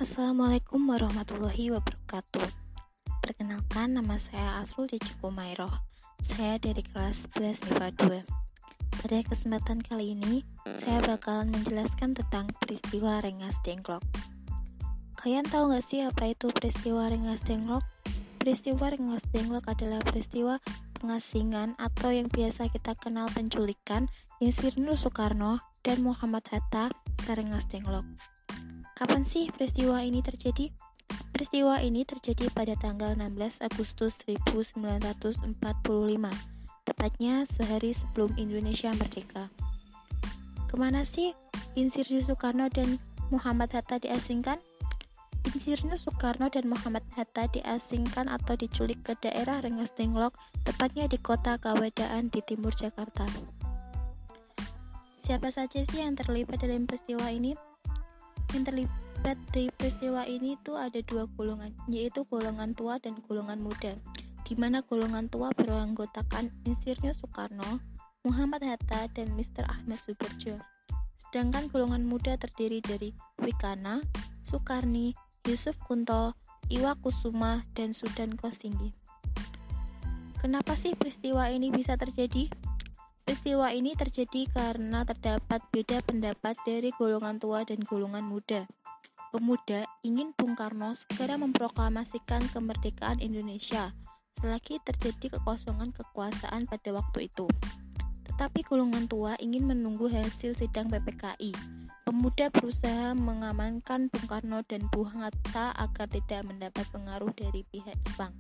Assalamualaikum warahmatullahi wabarakatuh. Perkenalkan, nama saya Afrul Cikumayroh. Saya dari kelas 11 MIPA 2. Pada kesempatan kali ini, saya bakalan menjelaskan tentang peristiwa Rengas Dengklok. Kalian tahu gak sih apa itu peristiwa Rengas Dengklok? Peristiwa Rengas Dengklok adalah peristiwa pengasingan atau yang biasa kita kenal penculikan Insinyur Soekarno dan Muhammad Hatta ke Rengas Dengklok. Kapan sih peristiwa ini terjadi? Peristiwa ini terjadi pada tanggal 16 Agustus 1945, tepatnya sehari sebelum Indonesia merdeka. Kemana sih Insinyur Soekarno dan Muhammad Hatta diasingkan? Insinyur Soekarno dan Muhammad Hatta diasingkan atau diculik ke daerah Rengas Dengklok, tepatnya di kota Kawadaan di timur Jakarta. Siapa saja sih yang terlibat dalam peristiwa ini? Yang terlibat di peristiwa ini tuh ada dua golongan, yaitu golongan tua dan golongan muda, di mana golongan tua beranggotakan Insinyur Soekarno, Muhammad Hatta, dan Mr. Ahmad Subarjo. Sedangkan golongan muda terdiri dari Wikana, Sukarni, Yusuf Kunto, Iwa Kusuma, dan Sudan Kosinggi. Kenapa sih peristiwa ini bisa terjadi? Peristiwa ini terjadi karena terdapat beda pendapat dari golongan tua dan golongan muda. Pemuda ingin Bung Karno segera memproklamasikan kemerdekaan Indonesia selagi terjadi kekosongan kekuasaan pada waktu itu. Tetapi golongan tua ingin menunggu hasil sidang PPKI. Pemuda berusaha mengamankan Bung Karno dan Bung Hatta agar tidak mendapat pengaruh dari pihak Jepang.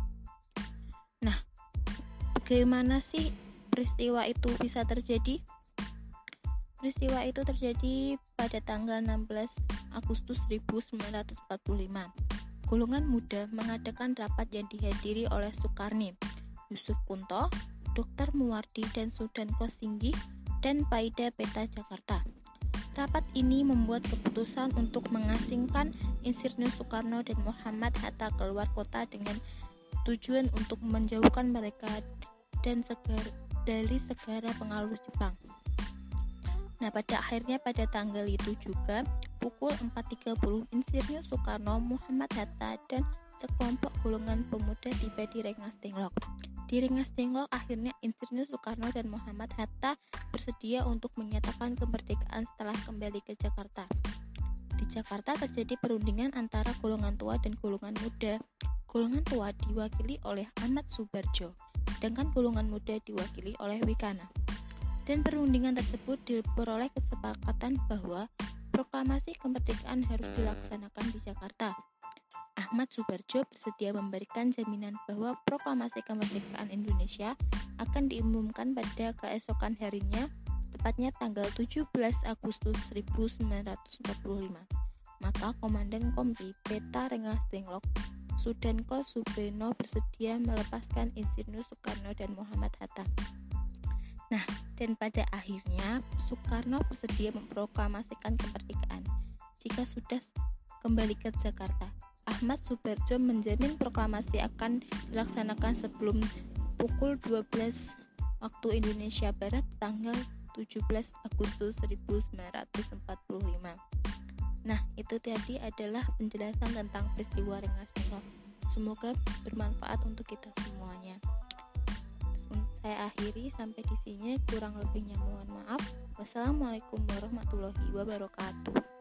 Nah, bagaimana sih peristiwa itu bisa terjadi? Peristiwa itu terjadi pada tanggal 16 Agustus 1945. Golongan muda mengadakan rapat yang dihadiri oleh Sukarni, Yusuf Kunto, Dr. Muwardi dan Sudan Kosinggi, dan Paida Peta Jakarta. Rapat ini membuat keputusan untuk mengasingkan Insinyur Soekarno dan Muhammad Hatta keluar kota dengan tujuan untuk menjauhkan mereka dan dari segala pengaruh Jepang. Nah, pada akhirnya pada tanggal itu juga pukul 4.30 Insinyur Soekarno, Muhammad Hatta, dan sekelompok golongan pemuda tiba di Rengas Dengklok. Di Rengas Dengklok akhirnya Insinyur Soekarno dan Muhammad Hatta bersedia untuk menyatakan kemerdekaan setelah kembali ke Jakarta. Di Jakarta terjadi perundingan antara golongan tua dan golongan muda. Golongan tua diwakili oleh Ahmad Subarjo, sedangkan golongan muda diwakili oleh Wikana. Dan perundingan tersebut diperoleh kesepakatan bahwa proklamasi kemerdekaan harus dilaksanakan di Jakarta. Ahmad Subarjo bersedia memberikan jaminan bahwa proklamasi kemerdekaan Indonesia akan diumumkan pada keesokan harinya, tepatnya tanggal 17 Agustus 1945. Maka Komandan Kompi Peta Rengas Dengklok Sudanko Subeno bersedia melepaskan Insinyur Soekarno dan Muhammad Hatta. Nah, dan pada akhirnya Soekarno bersedia memproklamasikan kemerdekaan. Jika sudah kembali ke Jakarta, Ahmad Subarjo menjamin proklamasi akan dilaksanakan sebelum pukul 12 waktu Indonesia Barat tanggal 17 Agustus 1945. Nah, itu tadi adalah penjelasan tentang peristiwa Rengas Dengklok. Semoga bermanfaat untuk kita semuanya. Saya akhiri sampai di sini, kurang lebihnya mohon maaf. Wassalamualaikum warahmatullahi wabarakatuh.